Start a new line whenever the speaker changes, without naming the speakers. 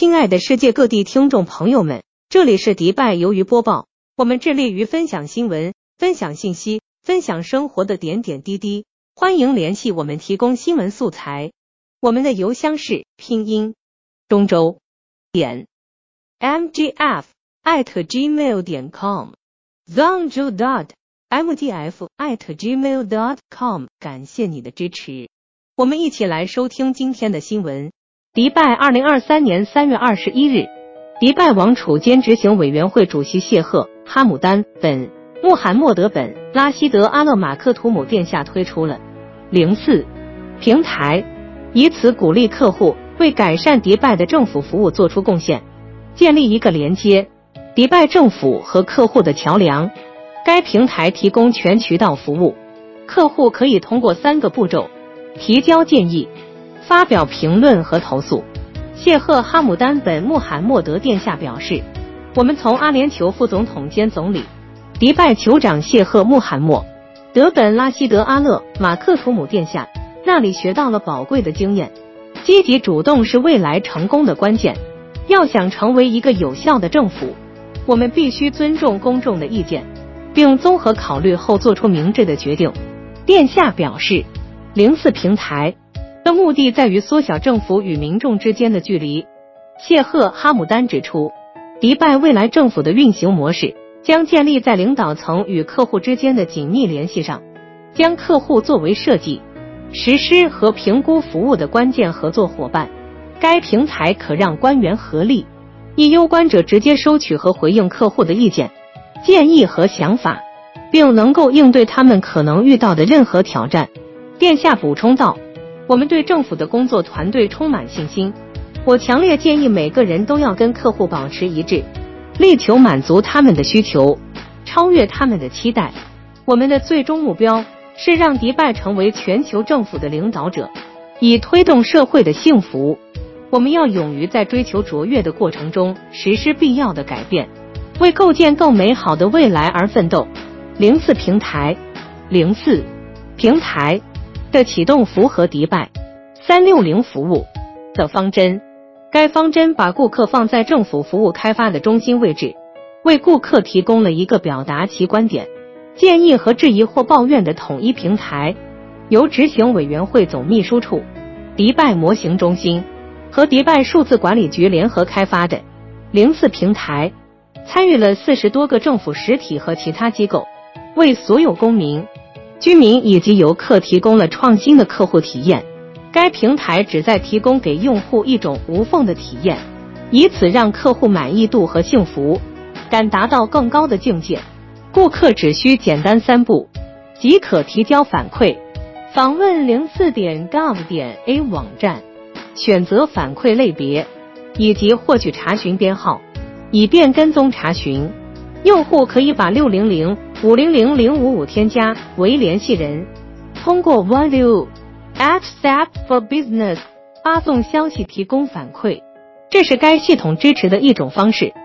亲爱的世界各地听众朋友们，这里是迪拜鱿鱼播报，我们致力于分享新闻、分享信息、分享生活的点点滴滴。欢迎联系我们提供新闻素材，我们的邮箱是拼音中州点 mgf@gmail.com zhangzhou.mgf@gmail.com。 感谢你的支持，我们一起来收听今天的新闻。迪拜2023年3月21日，迪拜王储兼执行委员会主席谢赫·哈姆丹·本·穆罕默德·本·拉希德·阿勒马克图姆殿下推出了04平台，以此鼓励客户为改善迪拜的政府服务做出贡献，建立一个连接迪拜政府和客户的桥梁。该平台提供全渠道服务，客户可以通过3个步骤提交建议、发表评论和投诉。谢赫·哈姆丹·本·穆罕默德殿下表示，我们从阿联酋副总统兼总理、迪拜酋长谢赫·穆罕默德·本·拉希德·阿勒马克图姆殿下那里学到了宝贵的经验。积极主动是未来成功的关键。要想成为一个有效的政府，我们必须尊重公众的意见，并综合考虑后做出明智的决定。殿下表示，04平台的目的在于缩小政府与民众之间的距离。谢赫·哈姆丹指出，迪拜未来政府的运行模式将建立在领导层与客户之间的紧密联系上，将客户作为设计、实施和评估服务的关键合作伙伴。该平台可让官员合力，以攸关者直接收取和回应客户的意见、建议和想法，并能够应对他们可能遇到的任何挑战。殿下补充道，我们对政府的工作团队充满信心。我强烈建议每个人都要跟客户保持一致，力求满足他们的需求，超越他们的期待。我们的最终目标是让迪拜成为全球政府的领导者，以推动社会的幸福。我们要勇于在追求卓越的过程中实施必要的改变，为构建更美好的未来而奋斗。04平台的启动符合迪拜360服务的方针。该方针把顾客放在政府服务开发的中心位置，为顾客提供了一个表达其观点、建议和质疑或抱怨的统一平台。由执行委员会总秘书处、迪拜模型中心和迪拜数字管理局联合开发的04平台，参与了40多个政府实体和其他机构，为所有公民、居民以及游客提供了创新的客户体验。该平台旨在提供给用户一种无缝的体验，以此让客户满意度和幸福感达到更高的境界。顾客只需简单3步即可提交反馈。访问04.gov.a 网站，选择反馈类别以及获取查询编号，以便跟踪查询。用户可以把600-500-055添加为联系人，通过 Value@SAP for Business 发送消息提供反馈，这是该系统支持的一种方式。